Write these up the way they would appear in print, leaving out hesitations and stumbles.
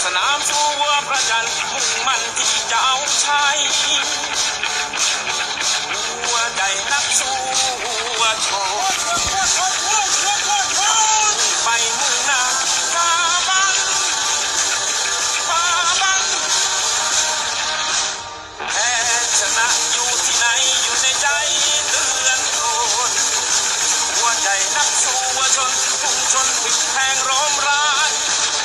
สนามสู้วัวประจันมุ่งมั่นที่จะเอาชัยหัวใจนักสู้วัวโชว์ไปมุ่งหน้าฟาบังแพ้ชนะอยู่ที่ไหนอยู่ในใจเตือนโอนหัวใจนักสู้วัวชนพุ่งชนผิดแทงร้อมราน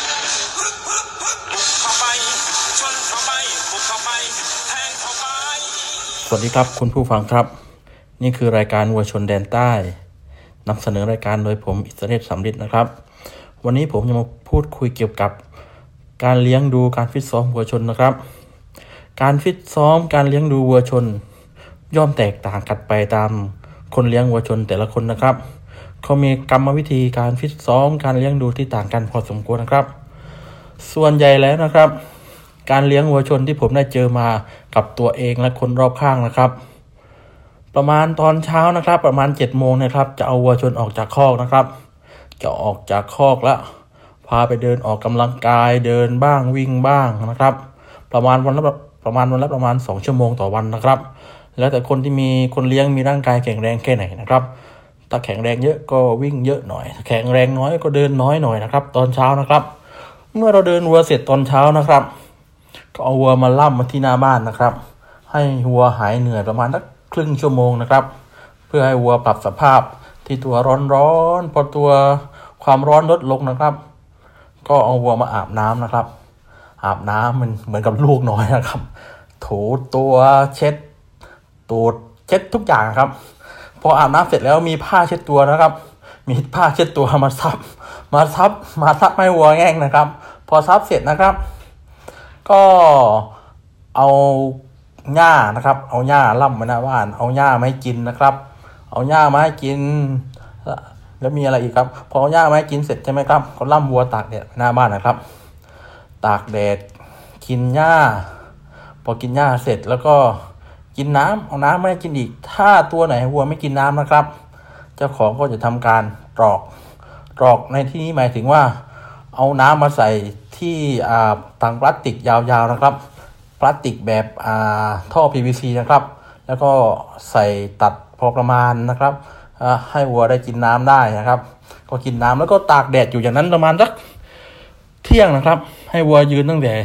บุกเข้าไปชนเข้าไปบุกเข้าไปแทงเข้าไปสวัสดีครับคุณผู้ฟังครับนี่คือรายการวัวชนแดนใต้นำเสนอรายการโดยผมอิสระเดชสำริดนะครับวันนี้ผมจะมาพูดคุยเกี่ยวกับการเลี้ยงดูการฟิตซ้อมวัวชนนะครับการฟิตซ้อมการเลี้ยงดูวัวชนย่อมแตกต่างกันไปตามคนเลี้ยงวัวชนแต่ละคนนะครับเขามีกรรมวิธีการฟิตซ้อมการเลี้ยงดูที่ต่างกันพอสมควรนะครับส่วนใหญ่แล้วนะครับการเลี้ยงวัวชนที่ผมได้เจอมากับตัวเองและคนรอบข้างนะครับประมาณตอนเช้านะครับประมาณ 7 โมงนะครับจะเอาวัวชนออกจากคอกนะครับจะออกจากคอกแล้วพาไปเดินออกกำลังกายเดินบ้างวิ่งบ้างนะครับประมาณวันละประมาณ2 ชั่วโมงต่อวันนะครับแล้วแต่คนที่มีคนเลี้ยงมีร่างกายแข็งแรงแค่ไหนนะครับถ้าแข็งแรงเยอะก็วิ่งเยอะหน่อยถ้าแข็งแรงน้อยก็เดินน้อยหน่อยนะครับตอนเช้านะครับเมื่อเราเดินวัวเสร็จตอนเช้านะครับก็เอาวัวมาล่ำมาที่หน้าบ้านนะครับให้วัวหายเหนื่อยประมาณสักครึ่งชั่วโมงนะครับเพื่อให้วัวปรับสภาพที่ตัวร้อนพอตัวความร้อนลดลงนะครับก็เอาวัวมาอาบน้ำนะครับอาบน้ำมันเหมือนกับลูกน้อยนะครับถูตัวเช็ดตูดเช็ดทุกอย่างครับพออาบน้ำเสร็จแล้วมีผ้าเช็ดตัวนะครับมีผ้าเช็ดตัวมาซับให้วัวแง่งนะครับพอซับเสร็จนะครับก็เอาหญ้านะครับเอาหญ้าล่ำมาหน้าบ้านเอาหญ้ามาให้กินนะครับเอาหญ้ามาให้กินแล้วมีอะไรอีกครับพอเอาหญ้ามาให้กินเสร็จใช่ไหมครับก็ล่ำวัวตากแดดหน้าบ้านนะครับตากแดดกินหญ้าพอกินหญ้าเสร็จแล้วก็กินน้ำเอาน้ำมาให้กินอีกถ้าตัวไหนวัวไม่กินน้ำนะครับเจ้าของก็จะทำการตอกในที่นี้หมายถึงว่าเอาน้ำมาใส่ที่ถังพลาสติกยาวๆนะครับพลาสติกแบบท่อ PVC นะครับแล้วก็ใส่ตัดพอประมาณนะครับให้วัวได้กินน้ำได้นะครับก็กินน้ำแล้วก็ตากแดดอยู่อย่างนั้นประมาณสักเที่ยงนะครับให้วัวยืนตั้งแต่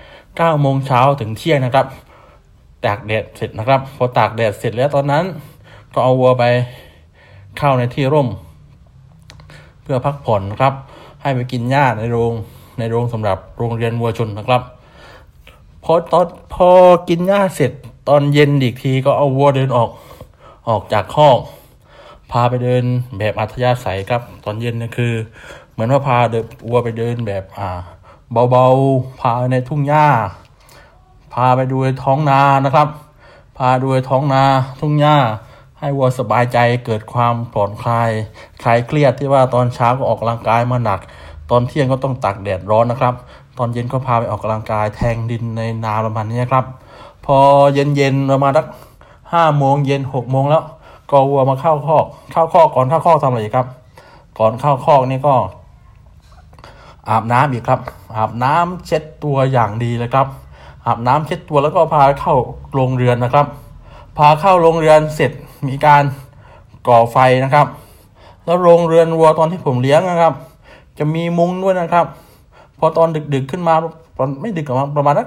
9 โมงเช้าถึงเที่ยงนะครับตากแดดเสร็จนะครับพอตากแดดเสร็จแล้วตอนนั้นก็เอาวัวไปเข้าในที่ร่มเพื่อพักผ่อนนะครับให้ไปกินหญ้าในโรงสำหรับโรงเรียนวัวชนนะครับพอกินหญ้าเสร็จตอนเย็นอีกทีก็เอาวัวเดินออกจากคอกพาไปเดินแบบอัธยาศัยครับตอนเย็นเนี่ยคือเหมือนว่าพาวัวไปเดินแบบเบาๆพาในทุ่งหญ้าพาไปดูท้องนานะครับพาดูท้องนาทุ่งหญ้าให้วัวสบายใจเกิดความผ่อนคลายเครียดที่ว่าตอนเช้าก็ออกกำลังกายมาหนักตอนเที่ยงก็ต้องตากแดดร้อนนะครับตอนเย็นก็พาไปออกกำลังกายแทงดินในนาประมาณนี้ครับพอเย็นประมาณสัก5 โมงเย็น6 โมงแล้วก็วัวมาเข้าคอกก่อนเข้าคอกทำอะไรครับก่อนเข้าคอกนี่ก็อาบน้ำอีกครับอาบน้ำเช็ดตัวอย่างดีเลยครับอาบน้ำเช็ดตัวแล้วก็พาเข้าโรงเรือนนะครับพาเข้าโรงเรือนเสร็จมีการก่อไฟนะครับแล้วโรงเรือนวัวตอนที่ผมเลี้ยงนะครับจะมีมุ้งด้วยนะครับพอตอนดึกขึ้นมาตอนไม่ดึกประมาณสัก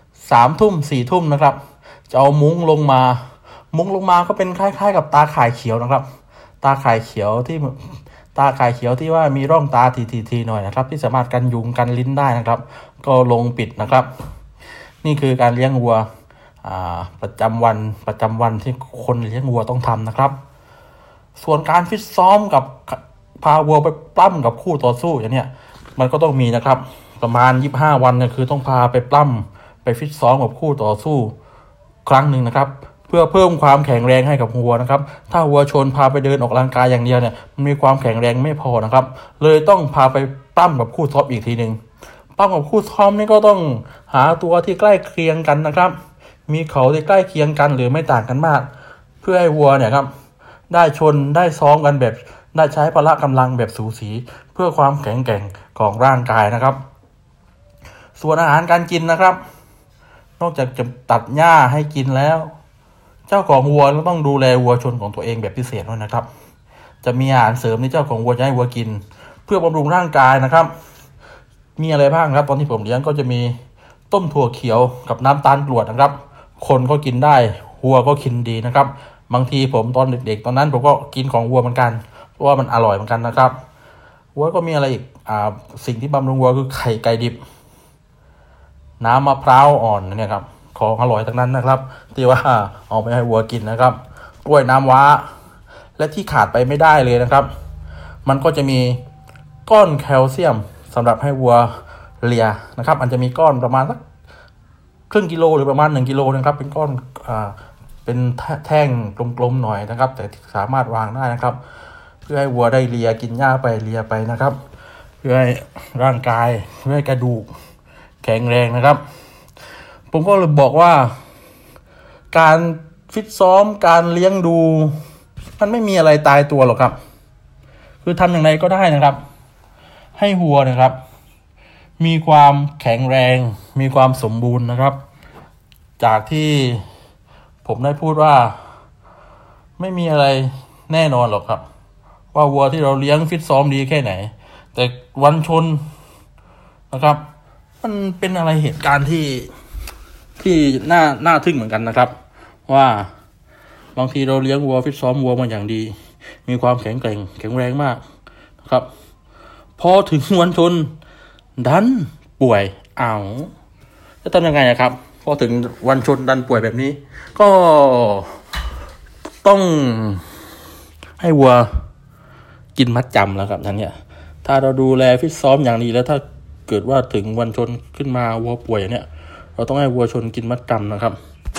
3 ทุ่ม4 ทุ่มนะครับจะเอามุ้งลงมาก็เป็นคล้ายๆกับตาข่ายเขียวนะครับตาข่ายเขียวที่ว่ามีร่องตาทีหน่อยนะครับที่สามารถกันยุงกันลิ้นได้นะครับก็ลงปิดนะครับนี่คือการเลี้ยงวัวประจำวันที่คนเลี้ยงวัวต้องทำนะครับส่วนการฟิตซ้อมกับพาวัวไปปล้ำกับคู่ต่อสู้อย่างเนี้ยมันก็ต้องมีนะครับประมาณ25 วันเนี่ยคือต้องพาไปปล้ำไปฟิตซ้อมกับคู่ต่อสู้ครั้งหนึ่งนะครับเพื่อเพิ่มความแข็งแรงให้กับวัวนะครับถ้าวัวชนพาไปเดินออกกำลังกายอย่างเดียวเนี่ยมันมีความแข็งแรงไม่พอนะครับเลยต้องพาไปปล้ำกับคู่ซ้อมอีกทีนึงปล้ำกับคู่ซ้อมนี่ก็ต้องหาตัวที่ใกล้เคียงกันนะครับมีเขาที่ใกล้เคียงกันหรือไม่ต่างกันมากเพื่อให้วัวเนี่ยครับได้ชนได้ซ้อมกันแบบได้ใช้พละกำลังแบบสูสีเพื่อความแข็งแกร่งของร่างกายนะครับส่วนอาหารการกินนะครับ นอกจากจะตัดหญ้าให้กินแล้ว เจ้าของวัวก็ต้องดูแลวัวชนของตัวเองแบบพิเศษด้วยนะครับจะมีอาหารเสริมที่เจ้าของวัวจะให้วัวกินเพื่อบำรุงร่างกายนะครับมีอะไรบ้างครับตอนที่ผมเลี้ยงก็จะมีต้มถั่วเขียวกับน้ำตาลกรวดนะครับคนก็กินได้วัวก็กินดีนะครับบางทีผมตอนเด็กๆตอนนั้นผมก็กินของวัวเหมือนกันเพราะว่ามันอร่อยเหมือนกันนะครับวัวก็มีอะไรอีกสิ่งที่บำรุงวัวคือไข่ไก่ดิบน้ำมะพร้าวอ่อนเนี่ยครับของอร่อยทั้งนั้นนะครับที่ว่าเอาไปให้วัวกินนะครับกล้วยน้ำว้าและที่ขาดไปไม่ได้เลยนะครับมันก็จะมีก้อนแคลเซียมสำหรับให้วัวเลียนะครับมันจะมีก้อนประมาณสักครึ่งกิโลหรือประมาณ1 กิโลนะครับเป็นก้อนเป็นแท่งกลมๆหน่อยนะครับแต่สามารถวางได้นะครับเพื่อให้วัวได้เลียกินหญ้าไปเลียไปนะครับเพื่อให้ร่างกายเพื่อให้กระดูกแข็งแรงนะครับผมก็เลยบอกว่าการฟิตซ้อมการเลี้ยงดูมันไม่มีอะไรตายตัวหรอกครับคือทำอย่างไรก็ได้นะครับให้วัวนะครับมีความแข็งแรงมีความสมบูรณ์นะครับจากที่ผมได้พูดว่าไม่มีอะไรแน่นอนหรอกครับว่าวัวที่เราเลี้ยงฟิตซ้อมดีแค่ไหนแต่วันชนนะครับมันเป็นอะไรเหตุการณ์ที่น่าทึ่งเหมือนกันนะครับว่าบางทีเราเลี้ยงวัวฟิตซ้อมวัวมาอย่างดีมีความแข็งแรงมากนะครับพอถึงวันชนดันป่วยจะทำยังไงครับพอถึงวันชนดันป่วยแบบนี้ก็ต้องให้วัวกินมัดจำแล้วครับนั่นเนี่ยถ้าเราดูแลฟิตซ้อมอย่างดีแล้วถ้าเกิดว่าถึงวันชนขึ้นมาวัวป่วยอย่างเนี้ยเราต้องให้วัวชนกินมัดจำนะครับ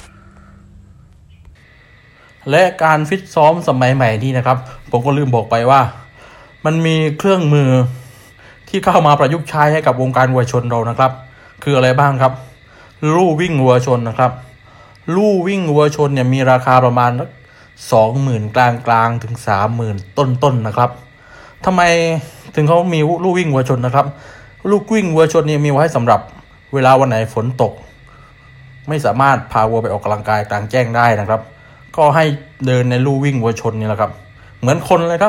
และการฟิตซ้อมสมัยใหม่นี้นะครับผมก็ลืมบอกไปว่ามันมีเครื่องมือที่เข้ามาประยุกต์ใช้ให้กับวงการวัวชนเรานะครับคืออะไรบ้างครับลู่วิ่งวัวชนนะครับลู่วิ่งวัวชนเนี่ยมีราคาประมาณ 20,000 กลางถึง 30,000 ต้นนะครับทำไมถึงเขามีลู่วิ่งวัวชนนะครับลู่วิ่งวัวชนเนี่ยมีไว้สำหรับเวลาวันไหนฝนตกไม่สามารถพาวัวไปออกกำลังกายกลางแจ้งได้นะครับก็ให้เดินในลู่วิ่งวัวชนนี่แหละครับเหมือนคนเลยครับ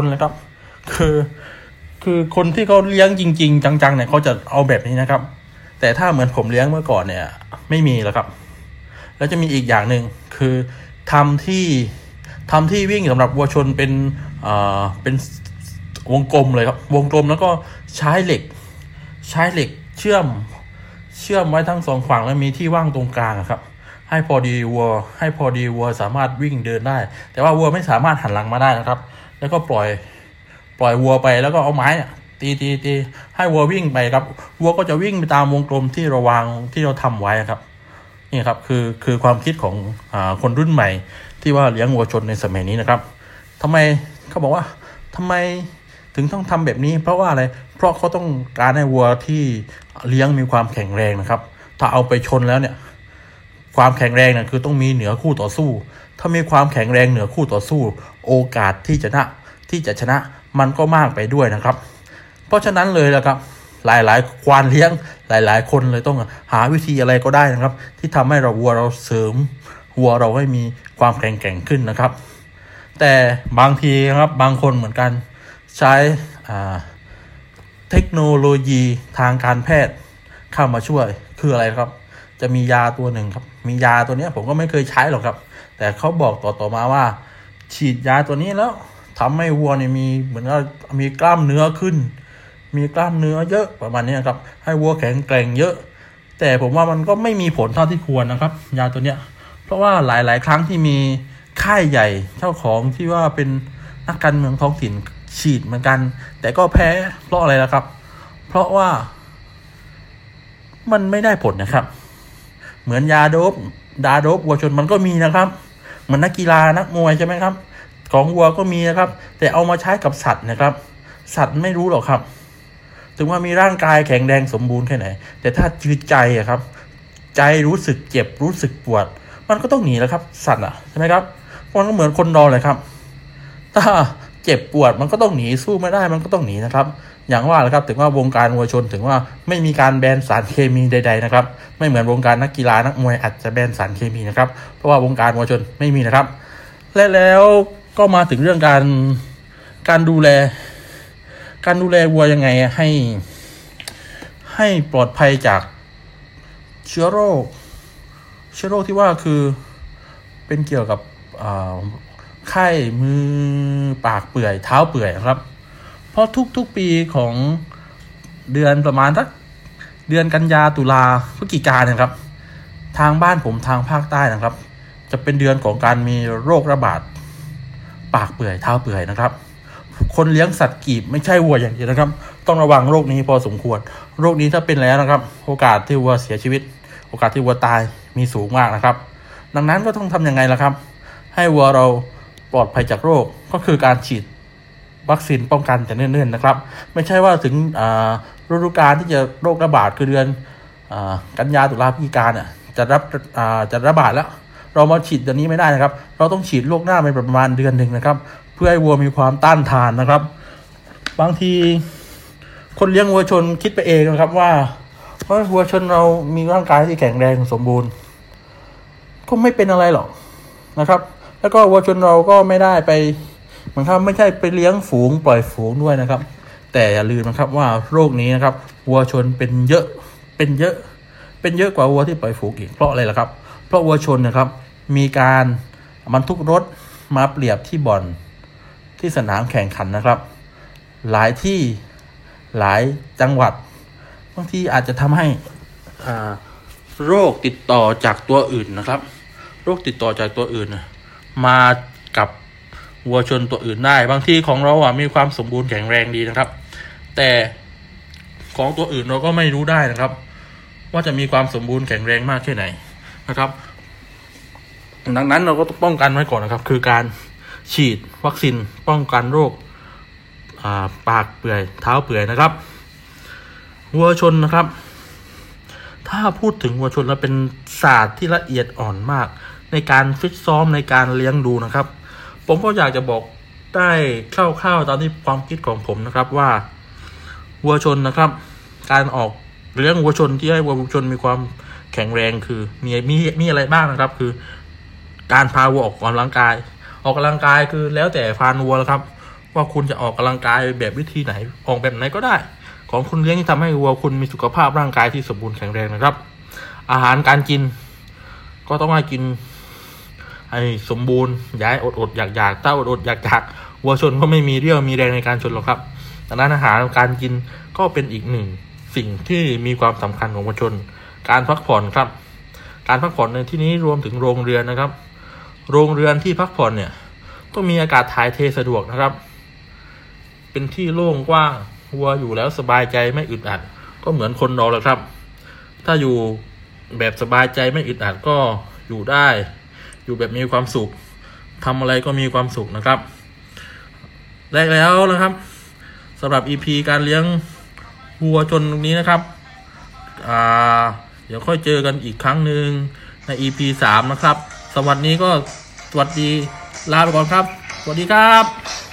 คือคนที่เขาเลี้ยงจริงๆจังๆเนี่ยเขาจะเอาแบบนี้นะครับแต่ถ้าเหมือนผมเลี้ยงเมื่อก่อนเนี่ยไม่มีแล้วครับแล้วจะมีอีกอย่างหนึ่งคือทำที่วิ่งสำหรับวัวชนเป็นวงกลมเลยครับวงกลมแล้วก็ใช้เหล็กเชื่อมไว้ทั้งสองฝั่งแล้วมีที่ว่างตรงกลางครับให้พอดีวัวสามารถวิ่งเดินได้แต่ว่าวัวไม่สามารถหันหลังมาได้นะครับแล้วก็ปล่อยวัวไปแล้วก็เอาไม้ตีให้วัววิ่งไปครับวัวก็จะวิ่งไปตามวงกลมที่เราทำไว้ครับนี่ครับคือความคิดของคนรุ่นใหม่ที่ว่าเลี้ยงวัวชนในสมัยนี้นะครับทำไมเขาบอกว่าทำไมถึงต้องทำแบบนี้เพราะว่าอะไรเพราะเขาต้องการให้วัวที่เลี้ยงมีความแข็งแรงนะครับถ้าเอาไปชนแล้วเนี่ยความแข็งแรงเนี่ยคือต้องมีเหนือคู่ต่อสู้ถ้ามีความแข็งแรงเหนือคู่ต่อสู้โอกาสที่จะชนะมันก็มากไปด้วยนะครับเพราะฉะนั้นเลยนะครับหลายควานเลี้ยงหลายคนเลยต้องหาวิธีอะไรก็ได้นะครับที่ทำให้วัวเราเสริมวัวเราให้มีความแข็งแกร่งขึ้นนะครับแต่บางทีครับบางคนเหมือนกันใช้เทคโนโลยีทางการแพทย์เข้ามาช่วยคืออะไรครับจะมียาตัวหนึ่งครับมียาตัวนี้ผมก็ไม่เคยใช้หรอกครับแต่เขาบอกต่อมาว่าฉีดยาตัวนี้แล้วทำให้วัวเนี่ยมีเหมือนว่ามีกล้ามเนื้อขึ้นมีกล้ามเนื้อเยอะประมาณนี้ครับให้วัวแข็งแกร่งเยอะแต่ผมว่ามันก็ไม่มีผลเท่าที่ควรนะครับยาตัวเนี้ยเพราะว่าหลายครั้งที่มีค่ายใหญ่เจ้าของที่ว่าเป็นนักการเมืองท้องถิ่นฉีดเหมือนกันแต่ก็แพ้เพราะอะไรล่ะครับเพราะว่ามันไม่ได้ผลนะครับเหมือนยาโดปวัวชนมันก็มีนะครับเหมือนนักกีฬานักมวยใช่ไหมครับของวัวก็มีนะครับแต่เอามาใช้กับสัตว์นะครับสัตว์ไม่รู้หรอกครับถึงว่ามีร่างกายแข็งแรงสมบูรณ์แค่ไหนแต่ถ้าจืดใจอะครับใจรู้สึกเจ็บรู้สึกปวดมันก็ต้องหนีแล้วครับสัตว์ใช่ไหมครับมันก็เหมือนคนเราเลยครับถ้าเจ็บปวดมันก็ต้องหนีสู้ไม่ได้มันก็ต้องหนีนะครับอย่างว่าแหละครับถึงว่าวงการวัวชนถึงว่าไม่มีการแบนสารเคมีใดๆนะครับไม่เหมือนวงการนักกีฬานักมวยอาจจะแบนสารเคมีนะครับเพราะว่าวงการวัวชนไม่มีนะครับและแล้วก็มาถึงเรื่องการดูแลวัวยังไงให้ปลอดภัยจากเชื้อโรคที่ว่าคือเป็นเกี่ยวกับไข้มือปากเปื่อยเท้าเปื่อยครับเพราะทุกปีของเดือนประมาณสักเดือนกันยาตุลาพฤศจิกายนนะครับทางบ้านผมทางภาคใต้นะครับจะเป็นเดือนของการมีโรคระบาดปากเปื่อยเท้าเปื่อยนะครับคนเลี้ยงสัตว์กีบไม่ใช่วัวอย่างเดียวนะครับต้องระวังโรคนี้พอสมควรโรคนี้ถ้าเป็นแล้วนะครับโอกาสที่วัวเสียชีวิตโอกาสที่วัวตายมีสูงมากนะครับดังนั้นก็ต้องทำยังไงล่ะครับให้วัวเราปลอดภัยจากโรคก็คือการฉีดวัคซีนป้องกันแต่เนิ่นๆนะครับไม่ใช่ว่าถึงฤดูกาลที่จะโรคระบาดคือเดือนกันยาตุลาพฤศจิกายนจะระบาดแล้วเรามาฉีดเดือนนี้ไม่ได้นะครับเราต้องฉีดล่วงหน้าไปประมาณเดือนหนึ่งนะครับเพื่อให้วัวมีความต้านทานนะครับบางทีคนเลี้ยงวัวชนคิดไปเองนะครับว่าเพราะวัวชนเรามีร่างกายที่แข็งแรงสมบูรณ์ก็ไม่เป็นอะไรหรอกนะครับแล้วก็วัวชนเราก็ไม่ได้ไปเหมือนครับไม่ใช่ไปเลี้ยงฝูงปล่อยฝูงด้วยนะครับแต่อย่าลืมนะครับว่าโรคนี้นะครับวัวชนเป็นเยอะกว่าวัวที่ปล่อยฝูงอีกเพราะอะไรล่ะครับเพราะวัวชนนะครับมีการบรรทุกรถมาเปรียบที่บ่อนที่สนามแข่งขันนะครับหลายที่หลายจังหวัดบางทีอาจจะทำให้โรคติดต่อจากตัวอื่นนะครับโรคติดต่อจากตัวอื่นมากับวัวชนตัวอื่นได้บางทีของเรามีความสมบูรณ์แข็งแรงดีนะครับแต่ของตัวอื่นเราก็ไม่รู้ได้นะครับว่าจะมีความสมบูรณ์แข็งแรงมากแค่ไหนนะครับดังนั้นเราก็ต้องป้องกันไว้ก่อนนะครับคือการฉีดวัคซีนป้องกันโรคปากเปื่อยเท้าเปื่อยนะครับวัวชนนะครับถ้าพูดถึงวัวชนแล้วเป็นศาสตร์ที่ละเอียดอ่อนมากในการฟิตซ้อมในการเลี้ยงดูนะครับผมก็อยากจะบอกได้คร่าวๆตามที่ความคิดของผมนะครับว่าวัวชนนะครับการออกเลี้ยงวัวชนที่ให้วัวชนมีความแข็งแรงคือมีอะไรบ้างนะครับคือการพาวัวออกกำลังกายคือแล้วแต่พานวัวแล้วครับว่าคุณจะออกกำลังกายแบบวิธีไหนออกแบบไหนก็ได้ของคุณเลี้ยงที่ทำให้วัวคุณมีสุขภาพร่างกายที่สมบูรณ์แข็งแรงนะครับอาหารการกินก็ต้องให้กินให้สมบูรณ์อย่าให้อดอยากถ้าอดอยากวัวชนก็ไม่มีเรี่ยวมีแรงในการชนหรอกครับดังนั้นอาหารการกินก็เป็นอีกหนึ่งสิ่งที่มีความสำคัญของวัวชนการพักผ่อนครับการพักผ่อนในที่นี้รวมถึงโรงเรือนนะครับโรงเรือนที่พักผ่อนเนี่ยต้องมีอากาศถ่ายเทสะดวกนะครับเป็นที่โล่งกว้างวัวอยู่แล้วสบายใจไม่อึดอัดก็เหมือนคนเราแหละครับถ้าอยู่แบบสบายใจไม่อึดอัดก็อยู่ได้อยู่แบบมีความสุขทำอะไรก็มีความสุขนะครับแล้วนะครับสำหรับ EP การเลี้ยงวัวชนตรงนี้นะครับเดี๋ยวค่อยเจอกันอีกครั้งหนึ่งใน EP 3นะครับสวัสดีลาไปก่อนครับสวัสดีครับ